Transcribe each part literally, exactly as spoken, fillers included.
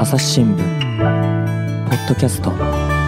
朝日新聞ポッドキャスト。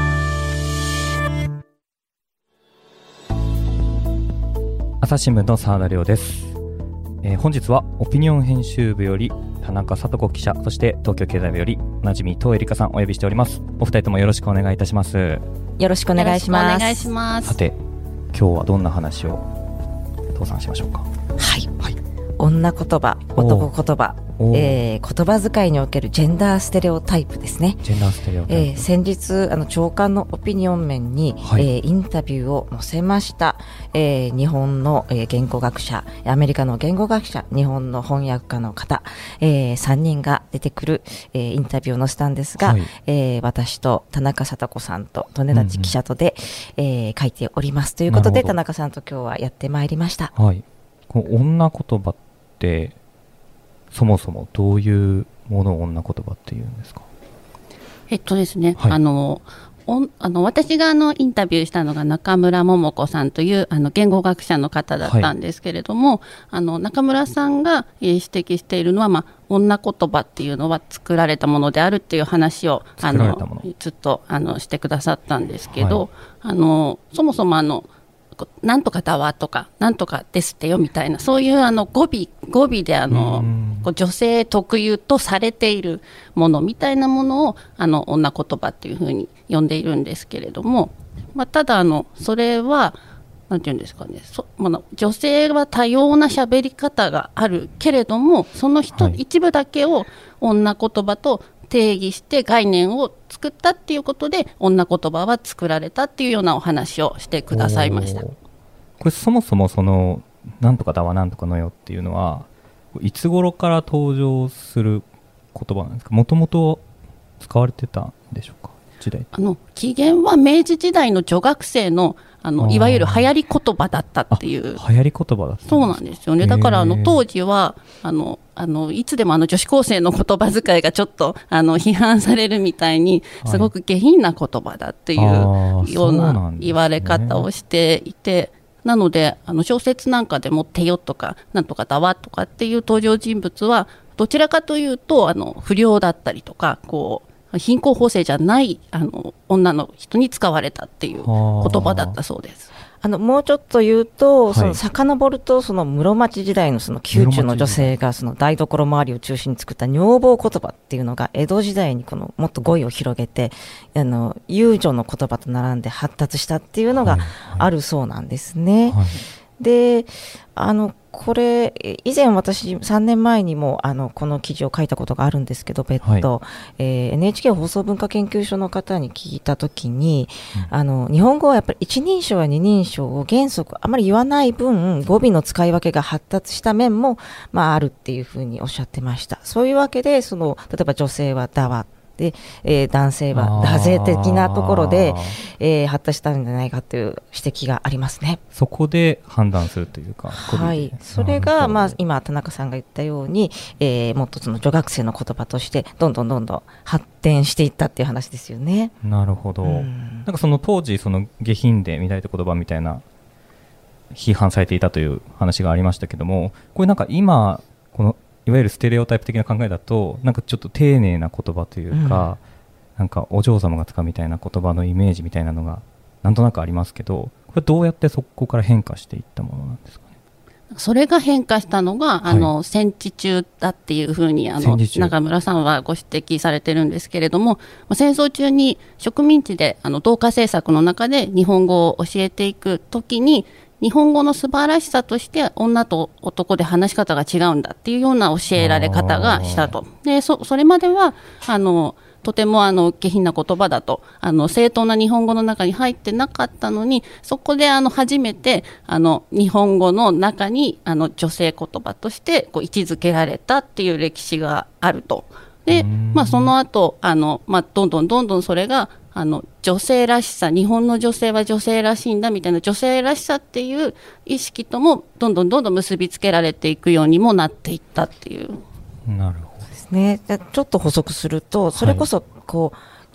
朝日新聞の澤田亮です。えー、本日はオピニオン編集部より田中聡子記者、そして東京経済部よりおなじみ東江里香さんお呼びしております。お二人ともよろしくお願いいたします。 よろしくお願いします。 お願いします。 さて、今日はどんな話を父さんしましょうか。 はい、はい、女言葉、男言葉、えー、言葉遣いにおけるジェンダーステレオタイプですね。 ジェンダーステレオタイプ、 えー、先日あの朝刊のオピニオン面に、はい、えー、インタビューを載せました、えー、日本の、えー、言語学者、アメリカの言語学者、日本の翻訳家の方、えー、さんにんが出てくる、えー、インタビューを載せたんですが、はい、えー、私と田中聡子さんと利根立記者とで、うんうん、えー、書いておりますということで、田中さんと今日はやってまいりました。 はい、この女言葉ってそもそもどういうものを女言葉っていうんですか。 えっとですね、 はい、 あのおあの私があのインタビューしたのが中村桃子さんというあの言語学者の方だったんですけれども、はい、あの中村さんが、えー、指摘しているのは、まあ、女言葉っていうのは作られたものであるっていう話をあのずっとあのしてくださったんですけど、はい、あのそもそもあのなんとかだわとかなんとかですってよみたいな、そういうあの語尾語尾であのこう女性特有とされているものみたいなものをあの女言葉っていうふうに呼んでいるんですけれども、まあ、ただあのそれはなんていうんですかね、そ、まあ、女性は多様な喋り方があるけれども、その人、はい、一部だけを女言葉と定義して概念を作ったっていうことで女言葉は作られたっていうようなお話をしてくださいました。 これそもそもそのなんとかだわなんとかのよっていうのはいつ頃から登場する言葉なんですか。もともと使われてたんでしょうか。時代あの起源は明治時代の女学生のあのいわゆる流行り言葉だったっていう。 流行り言葉だったんですか。 そうなんですよね。だからあの当時はあのあのいつでもあの女子高生の言葉遣いがちょっとあの批判されるみたいにすごく下品な言葉だっていうような言われ方をしていて、なのであの小説なんかでもてよとかなんとかだわとかっていう登場人物はどちらかというとあの不良だったりとかこう貧困法制じゃないあの女の人に使われたっていう言葉だったそうです。 あのもうちょっと言うと、はい、その遡るとその室町時代のその宮中の女性がその台所周りを中心に作った女房言葉っていうのが江戸時代にこのもっと語彙を広げてあの遊女の言葉と並んで発達したっていうのがあるそうなんですね。はいはい、であのこれ以前私さんねんまえにもあのこの記事を書いたことがあるんですけど別途、はい、えー、エヌエイチケー 放送文化研究所の方に聞いたときに、うん、あの日本語はやっぱり一人称や二人称を原則あまり言わない分語尾の使い分けが発達した面も、まあ、あるっていうふうにおっしゃってました。そういうわけでその例えば女性はだわで、えー、男性は惰性的なところで、えー、発達したんじゃないかという指摘がありますね。 そこで判断するというか、 はい、それが、まあ、今田中さんが言ったように、えー、もっとその女学生の言葉としてどんどんどんどん発展していったっていう話ですよね。 なるほど。うん、なんかその当時その下品で乱れた言葉みたいな批判されていたという話がありましたけども、これなんか今このいわゆるステレオタイプ的な考えだとなんかちょっと丁寧な言葉というか、うん、なんかお嬢様が使うみたいな言葉のイメージみたいなのがなんとなくありますけど、これどうやってそこから変化していったものなんですかね。 それが変化したのがあの、はい、戦時中だっていうふうにあの中村さんはご指摘されてるんですけれども、戦争中に植民地であの同化政策の中で日本語を教えていくときに日本語の素晴らしさとして女と男で話し方が違うんだっていうような教えられ方がしたと。で そ, それまではあのとてもあの下品な言葉だとあの正当な日本語の中に入ってなかったのに、そこであの初めてあの日本語の中にあの女性言葉としてこう位置づけられたっていう歴史があると。で、まあ、その後あの、まあ、どんどんどんどんそれがあの女性らしさ、日本の女性は女性らしいんだみたいな女性らしさっていう意識ともどんどんどんどん結びつけられていくようにもなっていったっていう。 なるほどですね。ちょっと補足するとそれこそこう、はい、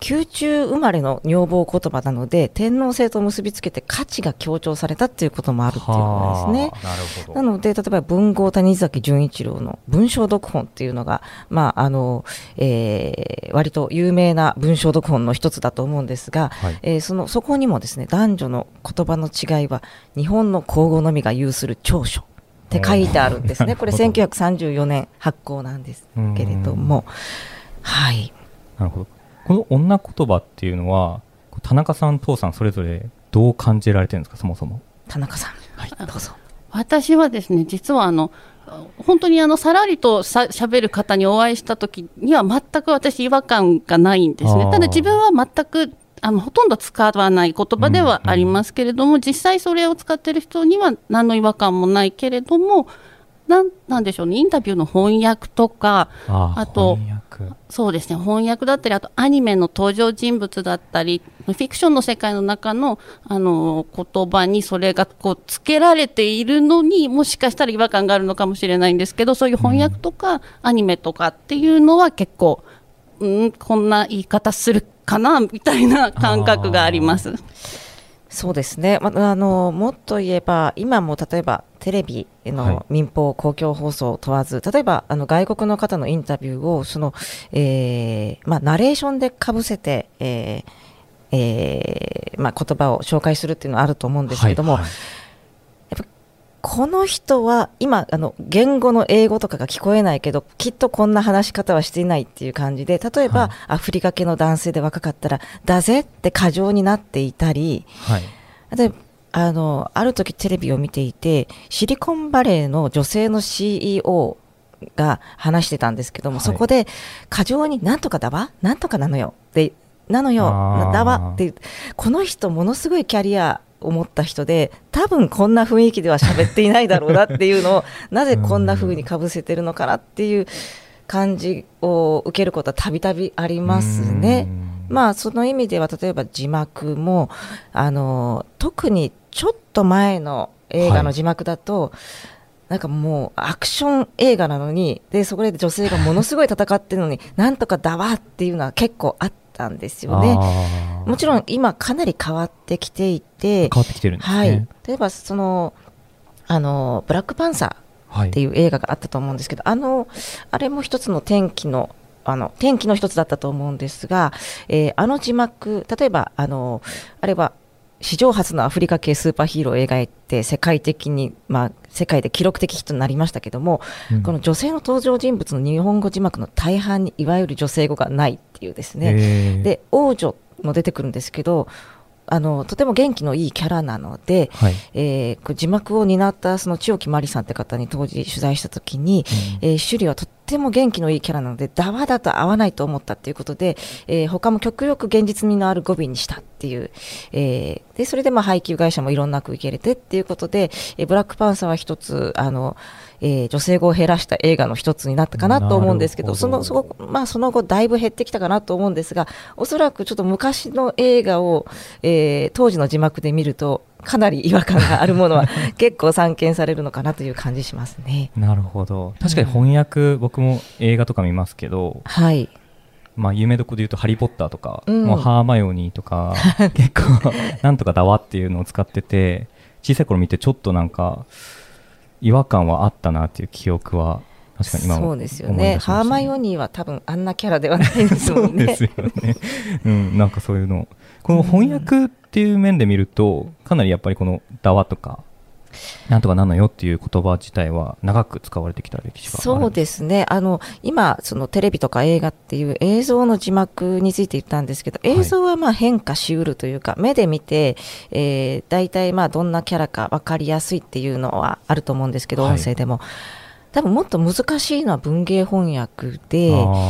宮中生まれの女房言葉なので天皇制と結びつけて価値が強調されたっていうこともあるっていうことですね。 なるほど。 なので例えば文豪谷崎潤一郎の文章読本っていうのが、まああのえー、割と有名な文章読本の一つだと思うんですが、はい、えー、そのそこにもですね、男女の言葉の違いは日本の皇后のみが有する長所って書いてあるんですね。これせんきゅうひゃくさんじゅうよねん発行なんですけれども、はい、なるほど。 この女言葉っていうのは田中さん、父さんそれぞれどう感じられてるんですか、そもそも。 田中さん、 はい、 どうぞ。 私はですね、実はあの本当にあのさらりとさ喋る方にお会いした時には全く私違和感がないんですね。ただ自分は全くあのほとんど使わない言葉ではありますけれども、うんうん、実際それを使っている人には何の違和感もないけれども、な ん, なんでしょうね、インタビューの翻訳とか、 あ, あとそうですね、翻訳だったり、あとアニメの登場人物だったり、フィクションの世界の中 の, あの言葉にそれがこうつけられているのにもしかしたら違和感があるのかもしれないんですけど、そういう翻訳とかアニメとかっていうのは結構、うん、こんな言い方するかなみたいな感覚があります。 そうですね、ま、あのもっと言えば今も例えばテレビの民放、公共放送を問わず、例えばあの外国の方のインタビューをその、えーまあ、ナレーションでかぶせて、えーえーまあ、言葉を紹介するっていうのはあると思うんですけども、はいはい、やっぱこの人は今あの言語の英語とかが聞こえないけどきっとこんな話し方はしていないっていう感じで、例えば、はい、アフリカ系の男性で若かったらだぜって過剰になっていたり、はい、例えばあのある時テレビを見ていてシリコンバレーの女性の シーイーオー が話してたんですけども、はい、そこで過剰になんとかだわなんとかなのよでなのよだわってこの人ものすごいキャリアを持った人で多分こんな雰囲気では喋っていないだろうなっていうのをなぜこんな風にかぶせてるのかなっていう感じを受けることはたびたびありますね。まあその意味では例えば字幕もあの特にちょっと前の映画の字幕だと、はい、なんかもうアクション映画なのにでそこで女性がものすごい戦ってるのになんとかだわっていうのは結構あったんですよね。もちろん今かなり変わってきていて、 変わってきてるんですね。はい、 例えばそのあのブラックパンサーっていう映画があったと思うんですけど、はい、あのあれも一つの転機のあの転機の一つだったと思うんですが、えー、あの字幕例えばあのあれは史上初のアフリカ系スーパーヒーローを描いて世界的に、まあ、世界で記録的ヒットになりましたけども、うん、この女性の登場人物の日本語字幕の大半にいわゆる女性語がないっていうですね。で王女も出てくるんですけどあのとても元気のいいキャラなので、はい、えー、字幕を担ったその千沖まりさんって方に当時取材した時に、うん、えー、趣里はとっても元気のいいキャラなのでダワだと合わないと思ったっていうことで、えー、他も極力現実味のある語尾にしたっていう、えー、でそれでまあ配給会社もいろんなく受け入れてっていうことで、えー、ブラックパンサーは一つあのえー、女性語を減らした映画の一つになったかなと思うんですけど、どそのそこ、まあ、その後だいぶ減ってきたかなと思うんですが、おそらくちょっと昔の映画を、えー、当時の字幕で見るとかなり違和感があるものは結構散見されるのかなという感じしますね。 なるほど。確かに翻訳、うん、僕も映画とか見ますけど、 はい、 まあ、有名どころで言うとハリーポッターとか、うん、もうハーマイオニーとか結構なんとかだわっていうのを使ってて小さい頃見てちょっとなんか違和感はあったなっていう記憶は確かに今もそうですよね。ハーマイオニーは多分あんなキャラではないですもんね。 そうですよね、うん、なんかそういうのこの翻訳っていう面で見るとかなりやっぱりこのだわとかなんとかなのよっていう言葉自体は長く使われてきた歴史がある。 そうですね。あの今そのテレビとか映画っていう映像の字幕について言ったんですけど、映像はまあ変化しうるというか、はい、目で見て、えー、大体まあどんなキャラか分かりやすいっていうのはあると思うんですけど、はい、音声でも多分もっと難しいのは文芸翻訳で、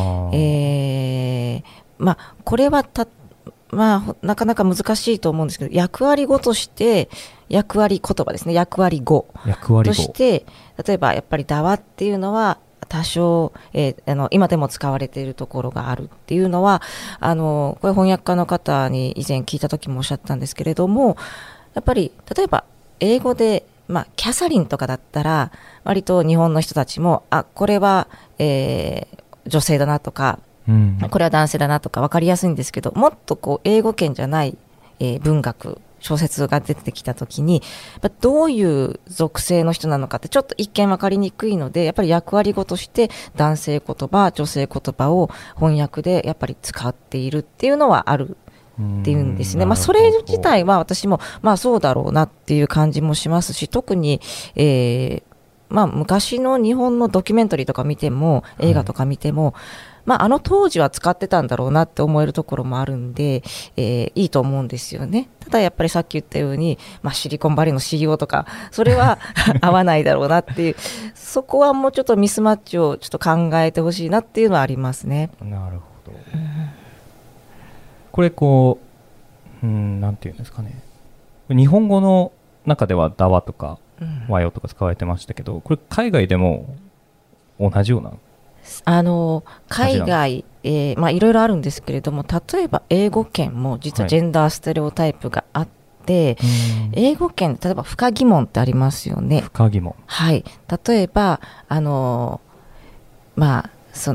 えーまあ、これはたまあ、なかなか難しいと思うんですけど、役割語として役割言葉ですね、役割語として例えばやっぱりだわっていうのは多少、えー、あの今でも使われているところがあるっていうのはあのこれ翻訳家の方に以前聞いた時もおっしゃったんですけれども、やっぱり例えば英語で、まあ、キャサリンとかだったら割と日本の人たちもあこれは、えー、女性だなとかうん、 これは男性だなとか分かりやすいんですけど、もっとこう英語圏じゃない、えー、文学小説が出てきたときに、どういう属性の人なのかってちょっと一見分かりにくいので、やっぱり役割語として男性言葉、女性言葉を翻訳でやっぱり使っているっていうのはあるっていうんですね。まあ、それ自体は私もまあそうだろうなっていう感じもしますし、特に、えーまあ、昔の日本のドキュメンタリーとか見ても映画とか見ても、はい、まあ、あの当時は使ってたんだろうなって思えるところもあるんで、えー、いいと思うんですよね。ただやっぱりさっき言ったように、まあ、シリコンバレーの シーイーオー とかそれは合わないだろうなっていうそこはもうちょっとミスマッチをちょっと考えてほしいなっていうのはありますね。 なるほど、うん、これこう、うん、なんていうんですかね、日本語の中ではダワとか和洋とか使われてましたけど、これ海外でも同じようなあの海外、えーまあ、いろいろあるんですけれども、例えば英語圏も実はジェンダーステレオタイプがあって、はい、英語圏例えば不可疑問ってありますよね。 不可疑問、 はい、例えばあのまあその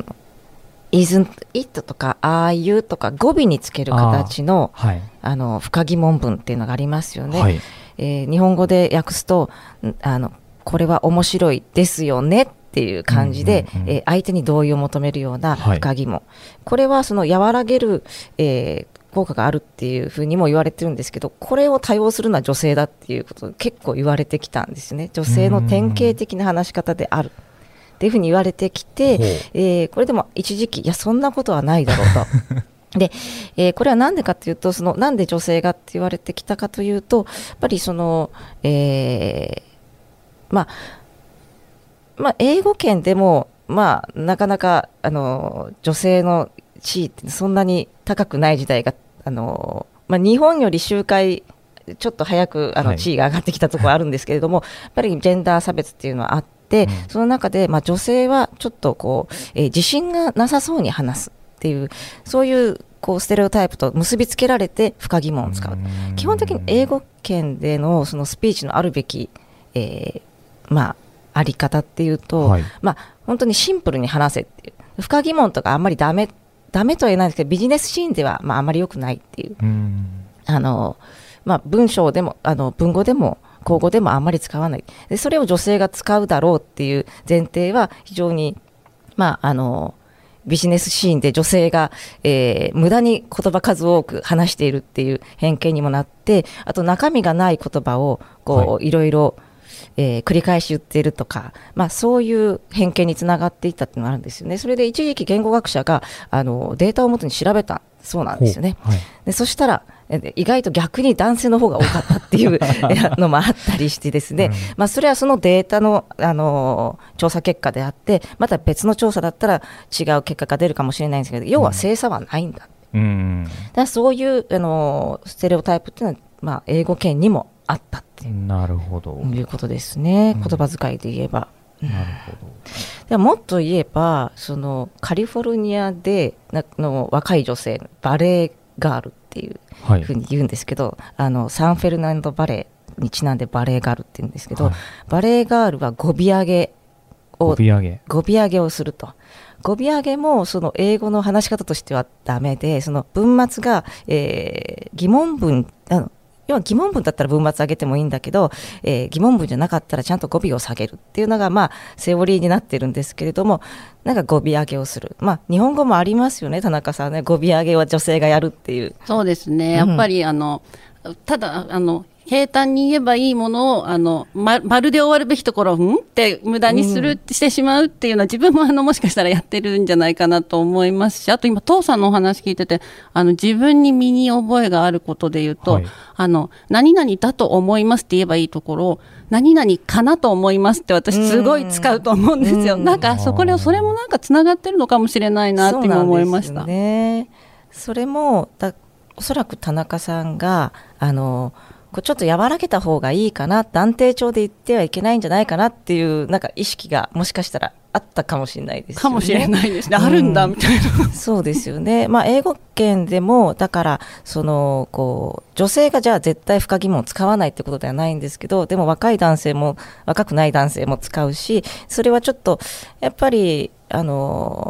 isn't it とか are you とか語尾につける形の あ,、はい、あの不可疑問文っていうのがありますよね。はい、えー、日本語で訳すとあのこれは面白いですよねっていう感じで、うんうんうん、えー、相手に同意を求めるような不可疑問、はい、これはその和らげる、えー、効果があるっていうふうにも言われてるんですけど、これを多用するのは女性だっていうこと結構言われてきたんですね。女性の典型的な話し方であるっていうふうに言われてきて、えー、これでも一時期いやそんなことはないだろうとで、えー、これはなんでかというと、そのなんで女性がって言われてきたかというと、やっぱりその、えー、まあまあ、英語圏でも、まあ、なかなかあの女性の地位ってそんなに高くない時代があの、まあ、日本より周回ちょっと早くあの地位が上がってきたところあるんですけれども、はい、やっぱりジェンダー差別っていうのはあって、うん、その中で、まあ、女性はちょっとこう、えー、自信がなさそうに話すっていう、そういうこうステレオタイプと結びつけられて不可疑問を使う。基本的に英語圏でのそのスピーチのあるべき、えー、まああり方っていうと、はい、まあ、本当にシンプルに話せっていう、不可疑問とかあんまりダメダメとは言えないんですけど、ビジネスシーンでは、まあ、あまり良くないっていう、うんあのまあ、文章でもあの文語でも口語でもあんまり使わないで、それを女性が使うだろうっていう前提は非常に、まあ、あのビジネスシーンで女性が、えー、無駄に言葉数多く話しているっていう偏見にもなって、あと中身がない言葉をこう、はい、いろいろえー、繰り返し言っているとか、まあ、そういう偏見につながっていったっていうのがあるんですよね。それで一時期言語学者があのデータをもとに調べたそうなんですよね。はい、でそしたら意外と逆に男性の方が多かったっていうのもあったりしてですね、うんまあ、それはそのデータの、あの調査結果であって、また別の調査だったら違う結果が出るかもしれないんですけど、要は性差はないんだ、うん、だからそういうあのステレオタイプっていうのは、まあ、英語圏にもあったっていう、 なるほどいうことですね、うん、言葉遣いで言えば。 なるほど。 でもっと言えば、そのカリフォルニアでの若い女性バレーガールっていうふうに言うんですけど、はい、あのサンフェルナンドバレーにちなんでバレーガールって言うんですけど、はい、バレーガールは語尾上げを語尾上げ語尾上げをすると。語尾上げもその英語の話し方としてはダメで、その文末が、えー、疑問文あの要は疑問文だったら文末上げてもいいんだけど、えー、疑問文じゃなかったらちゃんと語尾を下げるっていうのが、まあ、セオリーになってるんですけれども、なんか語尾上げをする、まあ、日本語もありますよね、田中さんね、語尾上げは女性がやるっていう。 そうですね、やっぱり、うん、あのただあの平坦に言えばいいものをあの ま, まるで終わるべきところをんって無駄にする、うん、してしまうっていうのは自分もあのもしかしたらやってるんじゃないかなと思いますし、あと今父さんのお話聞いてて、あの自分に身に覚えがあることで言うと、はい、あの何々だと思いますって言えばいいところを何々かなと思いますって私すごい使うと思うんですよ。んなんかそこでそれもなんかつながってるのかもしれないなって今思いました。 そうなんですよね。それもだおそらく田中さんがあのちょっと和らげた方がいいかな、断定調で言ってはいけないんじゃないかなっていうなんか意識がもしかしたらあったかもしれないですよね。 かもしれないですね、うん、あるんだみたいな。 そうですよね、まあ、英語圏でもだからそのこう女性がじゃあ絶対不可疑問を使わないってことではないんですけど、でも若い男性も若くない男性も使うし、それはちょっとやっぱりあの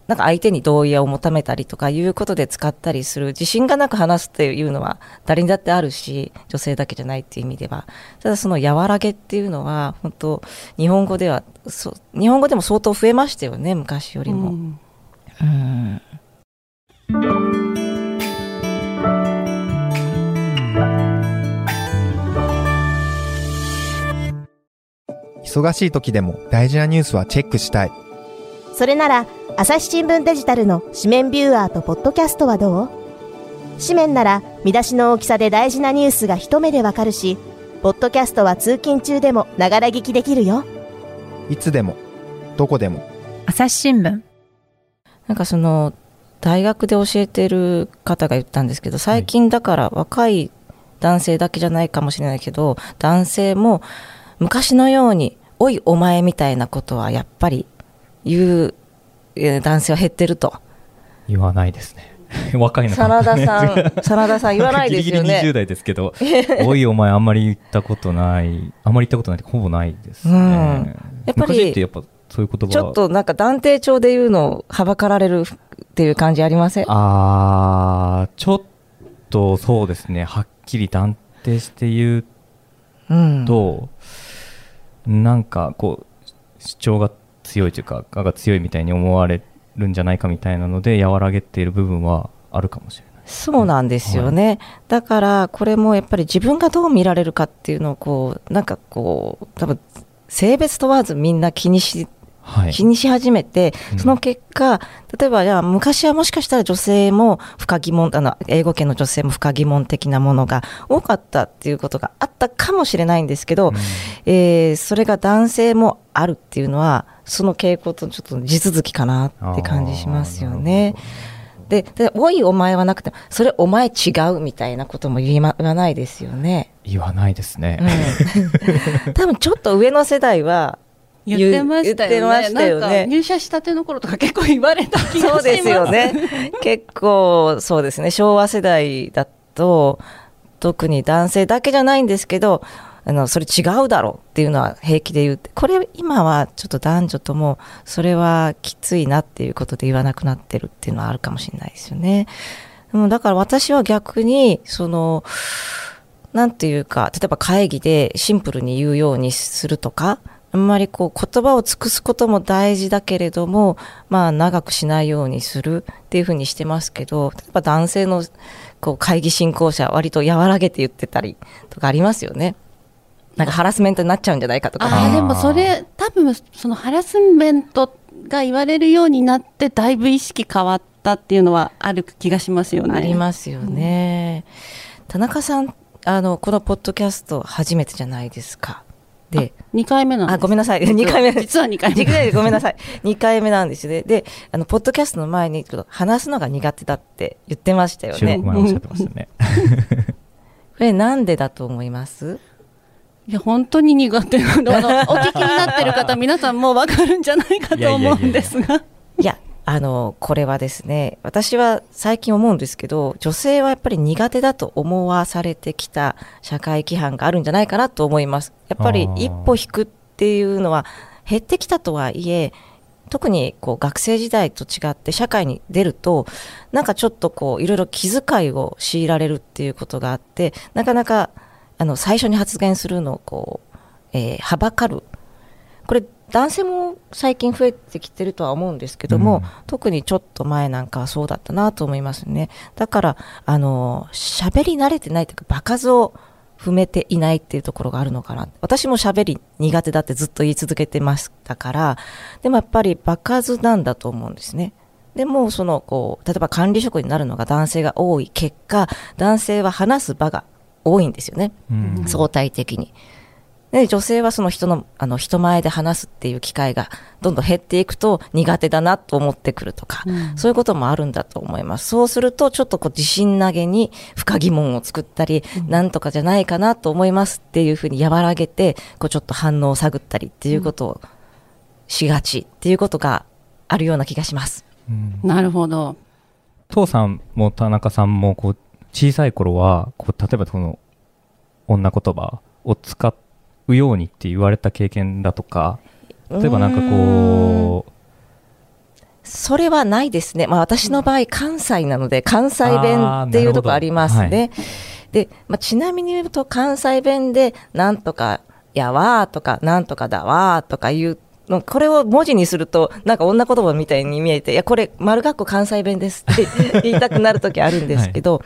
なんか相手に同意を求めたりとかいうことで使ったりする、自信がなく話すっていうのは誰にだってあるし、女性だけじゃないっていう意味では。ただその和らげっていうのは本当日本語ではそ日本語でも相当増えましたよね、昔よりも。うんうん、 忙しい時でも大事なニュースはチェックしたい。 それなら朝日新聞デジタルの紙面ビューアーとポッドキャストはどう？紙面なら見出しの大きさで大事なニュースが一目でわかるし、ポッドキャストは通勤中でもながら聞きできるよ。 いつでもどこでも朝日新聞。 なんかその大学で教えてる方が言ったんですけど、最近だから若い男性だけじゃないかもしれないけど、男性も昔のようにおいお前みたいなことはやっぱり言う男性は減ってると。 言わないですね。若いのか真田さん真田さん言わないですよね。 ギリギリにじゅう代ですけどおいお前あんまり言ったことないあんまり言ったことないってほぼないですね、うん、 やっぱり昔ってやっぱそういう言葉ちょっとなんか断定調で言うのをはばかられるっていう感じありません？ あーちょっとそうですね、はっきり断定して言うと、うん、なんかこう主張が強いというか我が強いみたいに思われるんじゃないかみたいなので和らげている部分はあるかもしれない。 そうなんですよね、はい、だからこれもやっぱり自分がどう見られるかっていうのをこうなんかこう多分性別問わずみんな気にしはい、気にし始めて、その結果、うん、例えばじゃあ昔はもしかしたら女性も不可疑問あの英語圏の女性も不可疑問的なものが多かったっていうことがあったかもしれないんですけど、うんえー、それが男性もあるっていうのはその傾向とちょっと地続きかなって感じしますよね。で、でおいお前はなくてそれお前違うみたいなことも言い、ま、言わないですよね。 言わないですね、 うん、多分ちょっと上の世代は言ってましたよ ね, ましたよねなんか入社したての頃とか結構言われた気がします。 そうですよね結構そうですね、昭和世代だと特に男性だけじゃないんですけど、あのそれ違うだろうっていうのは平気で言う。これ今はちょっと男女ともそれはきついなっていうことで言わなくなってるっていうのはあるかもしれないですよね。でもだから私は逆にそのなんていうか、例えば会議でシンプルに言うようにするとか、あんまりこう言葉を尽くすことも大事だけれども、まあ長くしないようにするっていうふうにしてますけど、例えば男性のこう会議進行者割と和らげて言ってたりとかありますよね。なんかハラスメントになっちゃうんじゃないかとか。 ああ、でもそれ多分そのハラスメントが言われるようになってだいぶ意識変わったっていうのはある気がしますよね。 ありますよね、うん、田中さんあのこのポッドキャスト初めてじゃないですか。でにかいめなんです。 あ、ごめんなさい。にかいめ。 実はにかいめ。 ごめんなさい。にかいめなんですね。で、あのポッドキャストの前に話すのが苦手だって言ってましたよね。 収録前おっしゃってましたね。 これなんでだと思います？ いや本当に苦手なの。あのお聞きになってる方皆さんもう分かるんじゃないかと思うんですが。 いや。あのこれはですね、私は最近思うんですけど、女性はやっぱり苦手だと思わされてきた社会規範があるんじゃないかなと思います。やっぱり一歩引くっていうのは減ってきたとはいえ、特にこう学生時代と違って社会に出るとなんかちょっとこういろいろ気遣いを強いられるっていうことがあって、なかなかあの最初に発言するのをこう、えー、はばかる。これ男性も最近増えてきてるとは思うんですけども、うん、特にちょっと前なんかはそうだったなと思いますね。だからあの喋り慣れてないというか場数を踏めていないっていうところがあるのかな。私も喋り苦手だってずっと言い続けてましたから、でもやっぱり場数なんだと思うんですね。でもそのこう例えば管理職になるのが男性が多い結果、男性は話す場が多いんですよね、うん、相対的に。で女性はその人の、あの人前で話すっていう機会がどんどん減っていくと苦手だなと思ってくるとか、うん、そういうこともあるんだと思います。そうするとちょっとこう自信投げに不可疑問を作ったり、うん、なんとかじゃないかなと思いますっていうふうに和らげてこうちょっと反応を探ったりっていうことをしがちっていうことがあるような気がします、 うん、なるほど。 父さんも田中さんもこう小さい頃はこう例えばその女言葉を使ってうようにって言われた経験だとか、例えばなんかこうそれはないですね。まあ、私の場合関西なので関西弁っていうところありますね。で、まあ、ちなみに言うと関西弁でなんとかやわーとかなんとかだわーとかいうの、これを文字にするとなんか女言葉みたいに見えて、いやこれ丸括弧関西弁ですって言いたくなる時あるんですけど、はい、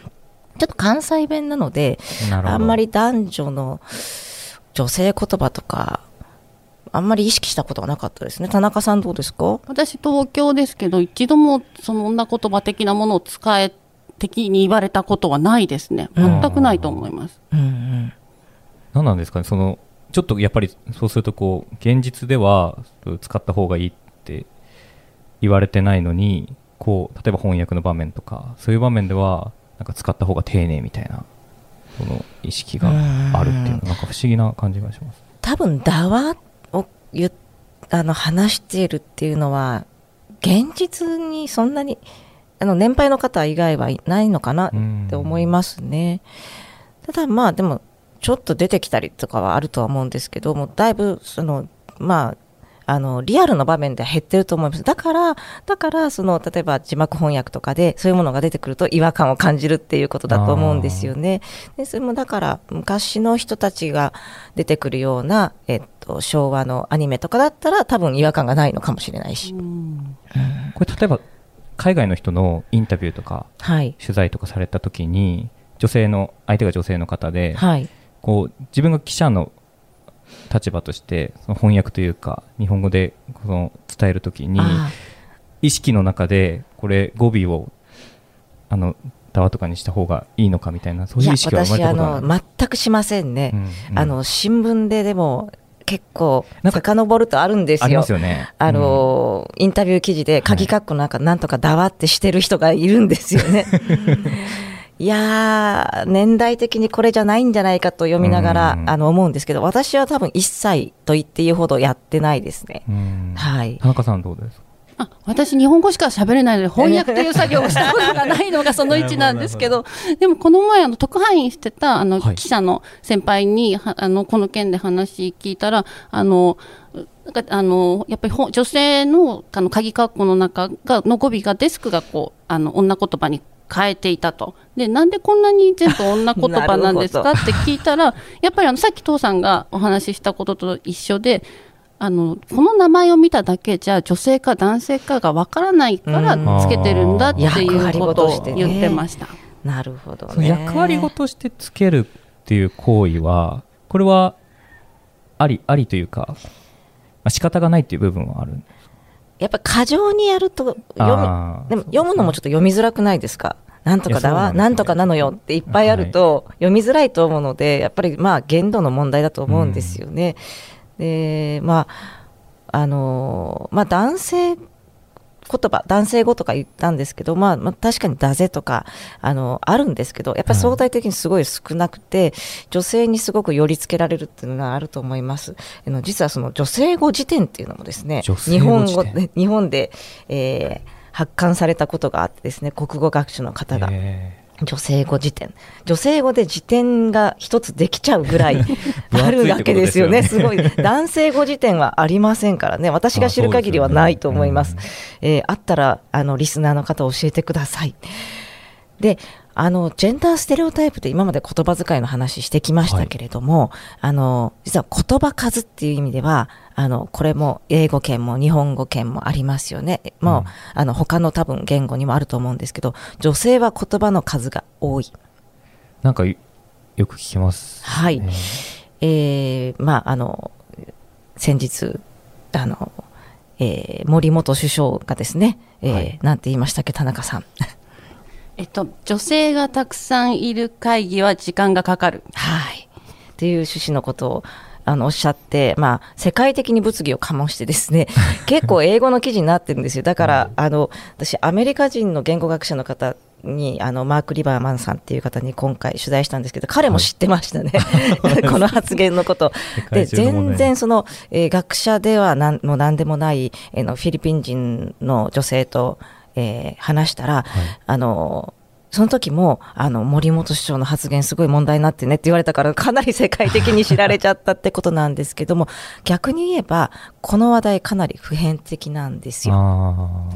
ちょっと関西弁なのであんまり男女の女性言葉とかあんまり意識したことがなかったですね。田中さんどうですか？ 私東京ですけど一度もその女言葉的なものを使え的に言われたことはないですね。全くないと思います。 うんうん、 何なんですかね、そのちょっとやっぱりそうするとこう現実では使った方がいいって言われてないのに、こう例えば翻訳の場面とかそういう場面ではなんか使った方が丁寧みたいなその意識があるっていうのはなんか不思議な感じがします。 多分だわを言あの話しているっていうのは現実にそんなにあの年配の方以外はいないのかなって思いますね。ただまあでもちょっと出てきたりとかはあるとは思うんですけども、だいぶそのまああのリアルの場面では減ってると思います。だからだからその例えば字幕翻訳とかでそういうものが出てくると違和感を感じるっていうことだと思うんですよね。でそれもだから昔の人たちが出てくるような、えっと、昭和のアニメとかだったら多分違和感がないのかもしれないし、うんうん、 これ例えば海外の人のインタビューとか、 はい、 取材とかされた時に女性の相手が女性の方で、 はい、 こう自分が記者の立場としてその翻訳というか日本語でその伝える時に意識の中でこれ語尾をあのだわとかにした方がいいのかみたいな、そういう意識は生まれたことはない？ いや私あの全くしませんね、うんうん、あの新聞ででも結構遡るとあるんですよ。 ありますよね。 あの、うん、インタビュー記事で鍵括弧なんかなんとかだわってしてる人がいるんですよね。いやー年代的にこれじゃないんじゃないかと読みながら、うん、あの思うんですけど、私は多分一切と言っていいほどやってないですね。うん、はい。 田中さんどうですか？ あ、私日本語しか喋れないので翻訳という作業をしたことがないのがそのいちなんですけどでもこの前あの特派員してたあの記者の先輩に、はい、あのこの件で話聞いたらあのなんかあのやっぱり女性 の, あの鍵括弧の中がの語尾がデスクがこうあの女言葉に変えていたと。でなんでこんなに全部女言葉なんですかって聞いたらやっぱりあのさっき父さんがお話ししたことと一緒で、あのこの名前を見ただけじゃ女性か男性かがわからないからつけてるんだっていうことを言ってました。 なるほどね。 その役割ごとしてつけるっていう行為はこれはありありというか、まあ、仕方がないっていう部分はあるんですか？ やっぱ過剰にやると読む、でも読むのもちょっと読みづらくないですか？なんとかだわ、なんとかなのよっていっぱいあると読みづらいと思うので、やっぱりまあ限度の問題だと思うんですよね。うん、でまああのまあ男性言葉男性語とか言ったんですけど、まあ、まあ確かにだぜとかあのあるんですけど、やっぱり相対的にすごい少なくて、はい、女性にすごく寄り付けられるっていうのはあると思います。あの実はその女性語辞典っていうのもですね、日本語で日本で、えー、発刊されたことがあってですね、国語学習の方が女性語辞典、女性語で辞典が一つできちゃうぐらいあるわけですよね。すごい男性語辞典はありませんからね、私が知る限りはないと思います。あ、えー、あったらあのリスナーの方教えてください。であのジェンダーステレオタイプって今まで言葉遣いの話してきましたけれども、はい、あの実は言葉数っていう意味ではあのこれも英語圏も日本語圏もありますよね。もう、うん、あの他の多分言語にもあると思うんですけど、女性は言葉の数が多い。 なんかよく聞きます、ね。 はい。えー、まああの先日あの、えー、森元首相がですね、えーはい、なんて言いましたっけ、田中さん。 えっと、女性がたくさんいる会議は時間がかかる、 はい、っていう趣旨のことをあのおっしゃって、まあ、世界的に物議を醸してですね結構英語の記事になってるんですよ。だから、うん、あの私アメリカ人の言語学者の方にあのマーク・リバーマンさんっていう方に今回取材したんですけど、彼も知ってましたね、はい、この発言のことで、全然その、えー、学者ではなんも何でもない、えー、のフィリピン人の女性とえー、話したら、はい、あのその時もあの森元首相の発言すごい問題になってねって言われたから、かなり世界的に知られちゃったってことなんですけども逆に言えばこの話題かなり普遍的なんですよ。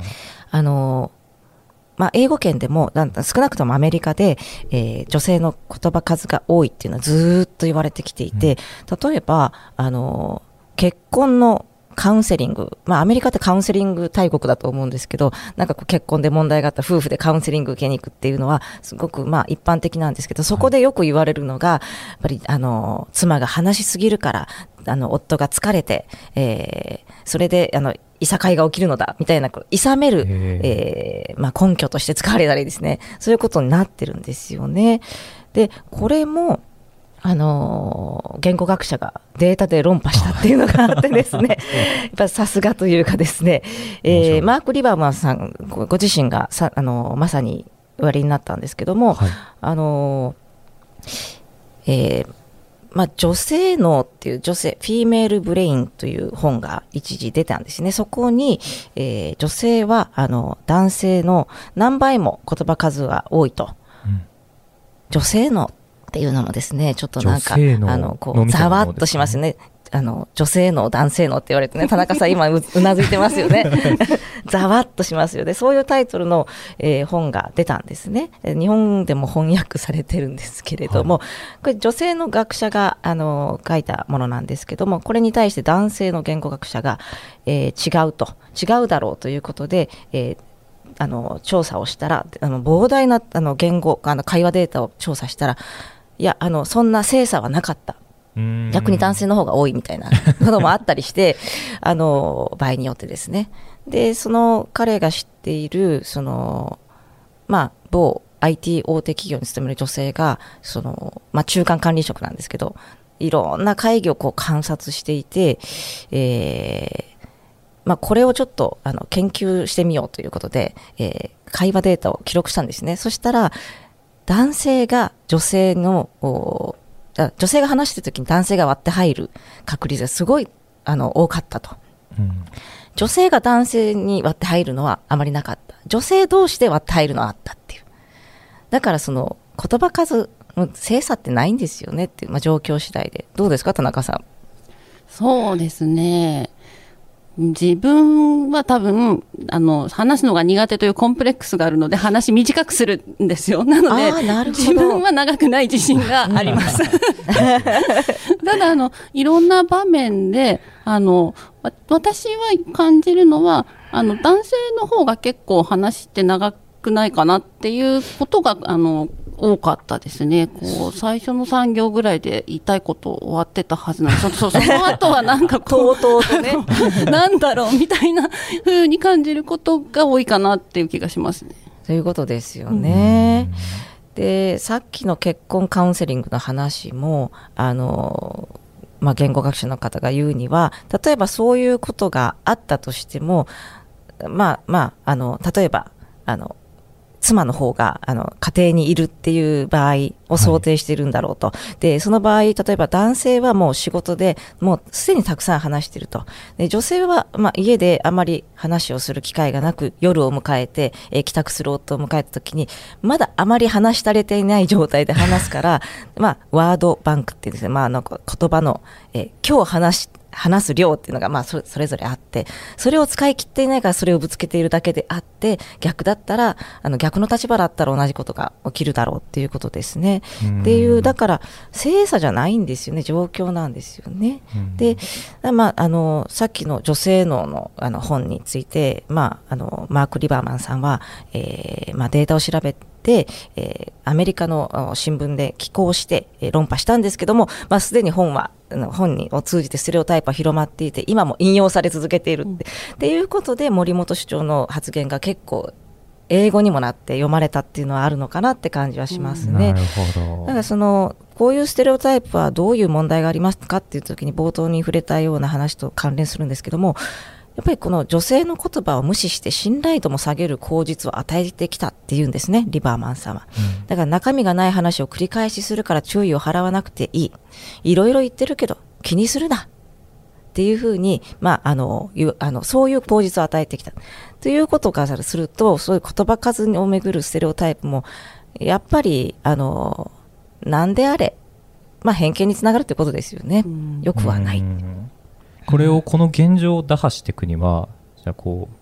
あのまあ、英語圏でも少なくともアメリカで、えー、女性の言葉数が多いっていうのはずっと言われてきていて、うん、例えばあの結婚のカウンセリング、まあ、アメリカってカウンセリング大国だと思うんですけど、なんかこう結婚で問題があった夫婦でカウンセリング受けに行くっていうのはすごくまあ一般的なんですけど、そこでよく言われるのが、やっぱりあの妻が話しすぎるからあの夫が疲れて、えー、それであのいさかいが起きるのだみたいな、いさめる、えーまあ、根拠として使われたりですね、そういうことになってるんですよね。でこれもあのー、言語学者がデータで論破したっていうのがあってですねやっぱさすがというかですね、えー、マーク・リバーマンさん ご, ご自身がさ、あのー、まさにおやりになったんですけども、はい、あのーえーまあ、女性脳っていう女性フィーメールブレインという本が一時出たんですね。そこに、えー、女性はあの男性の何倍も言葉数が多いと、うん、女性脳っていうのもですね、ちょっとなんかあのこうざわっとしますね。あの女性脳男性脳って言われてね、田中さん今 う, うなずいてますよねざわっとしますよね。そういうタイトルの、えー、本が出たんですね。日本でも翻訳されてるんですけれども、はい、これ女性の学者があの書いたものなんですけども、これに対して男性の言語学者が、えー、違うと違うだろうということで、えーあの調査をしたら、あの膨大なあの言語あの会話データを調査したら、いやあのそんな精査はなかった、逆に男性の方が多いみたいなこともあったりしてあの場合によってですね。でその彼が知っているその、まあ、某 アイティー 大手企業に勤める女性がその、まあ、中間管理職なんですけど、いろんな会議をこう観察していて、えーまあ、これをちょっとあの研究してみようということで、えー、会話データを記録したんですね。そしたら男性が女性の女性が話しているときに男性が割って入る確率がすごいあの多かったと、うん、女性が男性に割って入るのはあまりなかった。女性同士で割って入るのはあったっていう。だからその言葉数の精査ってないんですよねっていう、まあ、状況次第で。どうですか田中さん。 そうですね、自分は多分あの話すのが苦手というコンプレックスがあるので話短くするんですよ。なのでな自分は長くない自信がありますただあのいろんな場面であの私は感じるのはあの男性の方が結構話して長くないかなっていうことがあの多かったですね。こう最初のさん行ぐらいで言いたいこと終わってたはずなので、そ, その後はなんかこうとうとうとねなんだろうみたいな風に感じることが多いかなっていう気がしますね。 ということですよね。でさっきの結婚カウンセリングの話もあの、まあ、言語学者の方が言うには、例えばそういうことがあったとしても、まあまあ、あの例えばあの妻の方があの家庭にいるっていう場合を想定しているんだろうと、はい、でその場合例えば男性はもう仕事でもうすでにたくさん話していると、で女性は、まあ、家であまり話をする機会がなく夜を迎えて、えー、帰宅する夫を迎えた時にまだあまり話し足れていない状態で話すからまあワードバンクっていうですね、まあ、あの言葉の、えー、今日話し話す量っていうのがまあ そ, それぞれあって、それを使い切っていないからそれをぶつけているだけであって、逆だったらあの逆の立場だったら同じことが起きるだろうっていうことですね。っていう、だから精査じゃないんですよね、状況なんですよね。で、まあ、あのさっきの女性脳 の, あの本について、まあ、あのマーク・リバーマンさんは、えーまあ、データを調べてで、えー、アメリカの新聞で寄稿して、えー、論破したんですけども、まあ、すでに本は本にを通じてステレオタイプは広まっていて今も引用され続けているって、うん、っていうことで森本市長の発言が結構英語にもなって読まれたっていうのはあるのかなって感じはしますね。 うん、なるほど。 だからそのこういうステレオタイプはどういう問題がありますかっていう時に冒頭に触れたような話と関連するんですけども、やっぱりこの女性の言葉を無視して信頼度も下げる口実を与えてきたっていうんですね、リバーマンさんは。うん、だから中身がない話を繰り返しするから注意を払わなくていい。いろいろ言ってるけど気にするなっていうふうに、まあ、あの、あの、そういう口実を与えてきた。ということからすると、そういう言葉数をめぐるステレオタイプも、やっぱり、あの、なんであれ、まあ、偏見につながるということですよね。よくはない。 これをこの現状を打破していくには、じゃあこう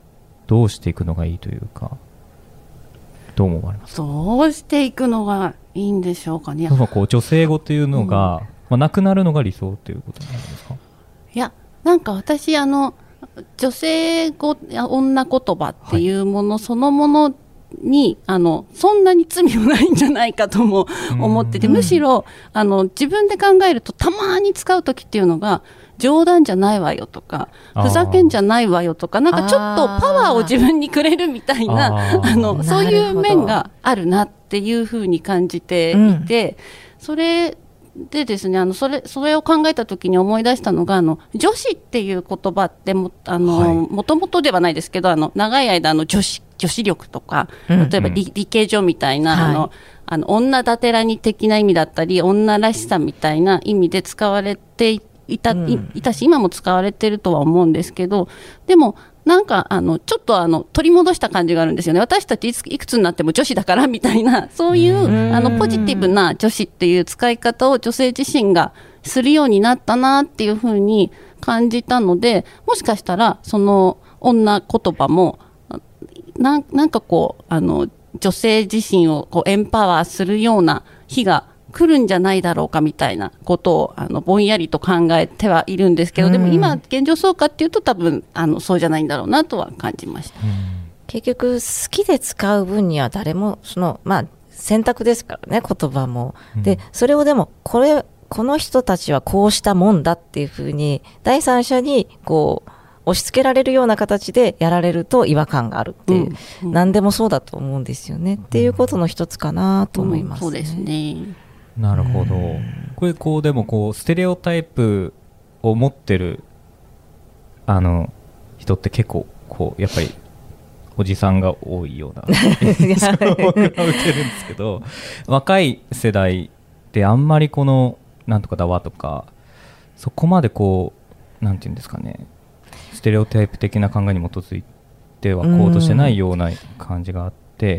どうしていくのがいいというか、どう思われますか？ どうしていくのがいいんでしょうかね。 そうそう、こう女性語というのが、うんまあ、なくなるのが理想ということなんですか？ いや、なんか私あの女性語や女言葉っていうものそのものに、はい、あのそんなに罪もないんじゃないかとも思ってて、むしろあの自分で考えるとたまに使う時っていうのが冗談じゃないわよとかふざけんじゃないわよとか、なんかちょっとパワーを自分にくれるみたいな、ああのそういう面があるなっていうふうに感じていて、うん、それでですね、あのそれそれを考えた時に思い出したのが、あの女子っていう言葉ってもあの、はい、もともとではないですけど、あの長い間の女子女子力とか、例えば 理,、うんうん、理系女みたいな、はい、あのあの女だてらに的な意味だったり女らしさみたいな意味で使われていいた、うん、いたし今も使われてるとは思うんですけど、でもなんかあのちょっとあの取り戻した感じがあるんですよね。私たちいついくつになっても女子だからみたいな、そういうあのポジティブな女子っていう使い方を女性自身がするようになったなっていうふうに感じたので、もしかしたらその女言葉も な, なんかこうあの女性自身をこうエンパワーするような日が来るんじゃないだろうかみたいなことをあのぼんやりと考えてはいるんですけど、でも今現状そうかっていうと多分あのそうじゃないんだろうなとは感じました。 結局好きで使う分には誰もその、まあ、選択ですからね、言葉も。でそれをでもこれこの人たちはこうしたもんだっていうふうに第三者にこう押し付けられるような形でやられると違和感があるっていう、うんうん、何でもそうだと思うんですよね、うん、っていうことの一つかなと思いますね、 うん、そうですね。 なるほど。これこうでもこうステレオタイプを持ってるあの人って結構こうやっぱりおじさんが多いような印象を受けるんですけど、若い世代ってあんまりこのなんとかだわとかそこまでこうなんていうんですかね、ステレオタイプ的な考えに基づいては行動してないような感じがあって、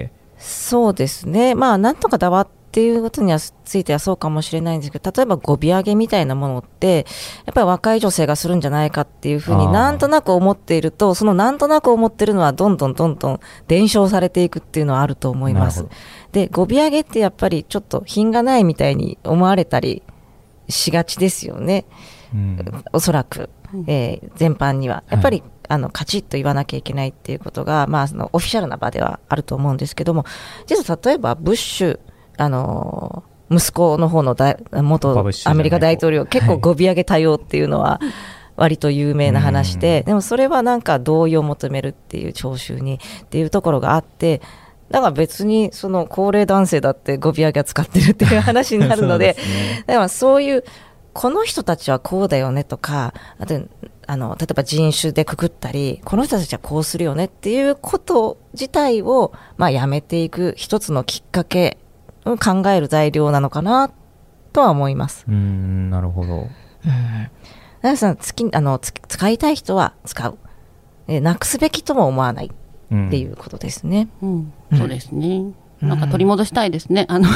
うん、そうですね。まあなんとかだわっていうことにはついてはそうかもしれないんですけど、例えば語尾上げみたいなものってやっぱり若い女性がするんじゃないかっていうふうになんとなく思っていると、そのなんとなく思ってるのはどんどんどんどん伝承されていくっていうのはあると思います。で語尾上げってやっぱりちょっと品がないみたいに思われたりしがちですよね、うん、おそらく、えー、全般にはやっぱり、はい、あのカチッと言わなきゃいけないっていうことが、まあ、そのオフィシャルな場ではあると思うんですけども、実は例えばブッシュあの息子の方の大元アメリカ大統領結構語尾上げ多様っていうのは割と有名な話で、はい、でもそれはなんか同意を求めるっていう聴衆にっていうところがあって、だから別にその高齢男性だって語尾上げは使ってるっていう話になるので、ね、だからそういうこの人たちはこうだよねとか、あとあの例えば人種でくくったりこの人たちはこうするよねっていうこと自体を、まあ、やめていく一つのきっかけを考える材料なのかなとは思います。 うーん、なるほど。うん、 だからつきあのつ使いたい人は使う、えなくすべきとも思わないっていうことですね、 うんうん、そうですね、うん、なんか取り戻したいですね、あの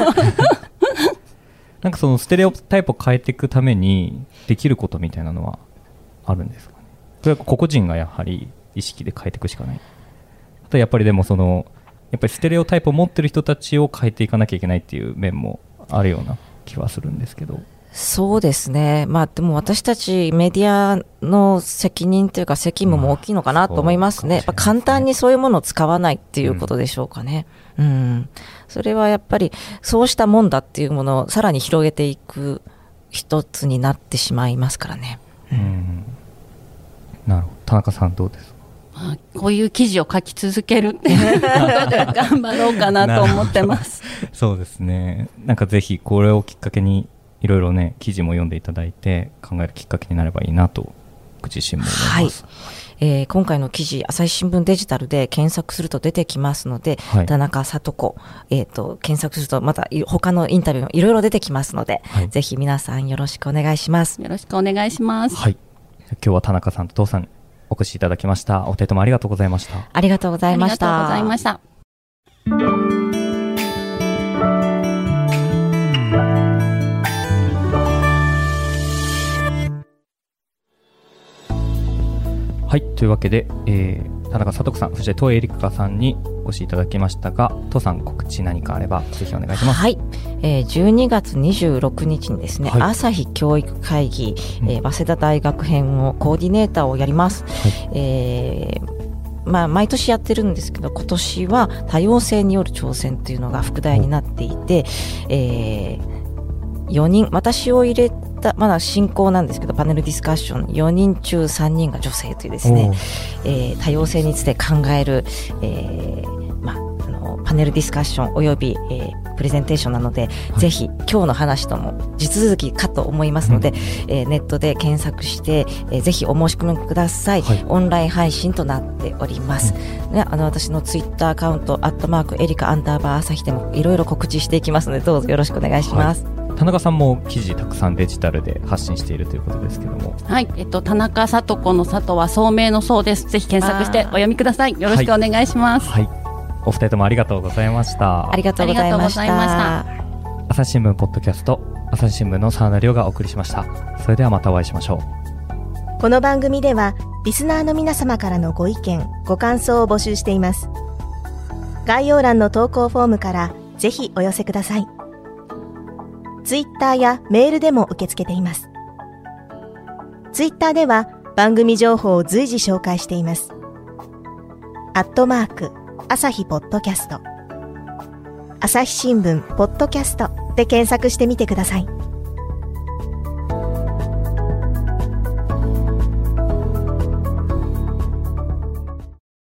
なんかそのステレオタイプを変えていくためにできることみたいなのはあるんですかね。それは個々人がやはり意識で変えていくしかない。あとやっぱりでもそのやっぱりステレオタイプを持ってる人たちを変えていかなきゃいけないっていう面もあるような気はするんですけど。 そうですね、まあ、でも私たちメディアの責任というか責務も大きいのかなと思いますね。まあ、やっぱ簡単にそういうものを使わないっていうことでしょうかね、うんうん、それはやっぱりそうしたもんだっていうものをさらに広げていく一つになってしまいますからね、うんうん、 なるほど。田中さんどうですか。 まあ、こういう記事を書き続けるっていうことで頑張ろうかなと思ってますそうですね、なんかぜひこれをきっかけにいろいろね記事も読んでいただいて考えるきっかけになればいいなと僕自身も思います、はい、 えー、今回の記事朝日新聞デジタルで検索すると出てきますので、はい、田中聡子、えー、と検索するとまた他のインタビューもいろいろ出てきますので、はい、ぜひ皆さんよろしくお願いします。 よろしくお願いします、 はい、今日は田中さんと父さんお越しいただきました。お二人ともありがとうございました。 ありがとうございました。 ありがとうございました。 はい、というわけで、えー、 田中聡子さん、そして東江理香さんにお越しいただきましたが、東さん告知何かあればぜひお願いします。 はい、えー、じゅうにがつにじゅうろくにちにですね、はい、朝日教育会議、えー、早稲田大学編をコーディネーターをやります。はい、えーまあ、毎年やってるんですけど、今年は多様性による挑戦というのが副題になっていて、えー、よにん、私を入れた、まだ進行なんですけど、パネルディスカッションよにんちゅうさんにんが女性というですね、えー、多様性について考える、えーまあ、あのパネルディスカッションおよび、えー、プレゼンテーションなので、はい、ぜひ今日の話とも地続きかと思いますので、うん、えー、ネットで検索して、えー、ぜひお申し込みください。はい、オンライン配信となっております。うん、ね、あの私のツイッターアカウントアットマークエリカアンダーバー朝日でもいろいろ告知していきますので、どうぞよろしくお願いします。はい、 田中さんも記事たくさんデジタルで発信しているということですけども、 はい、えっと、田中聡子の里は聡明の聡です。ぜひ検索してお読みください。よろしくお願いします。 はい、はい、お二人ともありがとうございました。 ありがとうございました。 朝日新聞ポッドキャスト、朝日新聞の澤田亮がお送りしました。それではまたお会いしましょう。この番組ではリスナーの皆様からのご意見ご感想を募集しています。概要欄の投稿フォームからぜひお寄せください。ツイッターやメールでも受け付けています。ツイッターでは番組情報を随時紹介しています。アットマーク朝日ポッドキャスト、朝日新聞ポッドキャストで検索してみてください。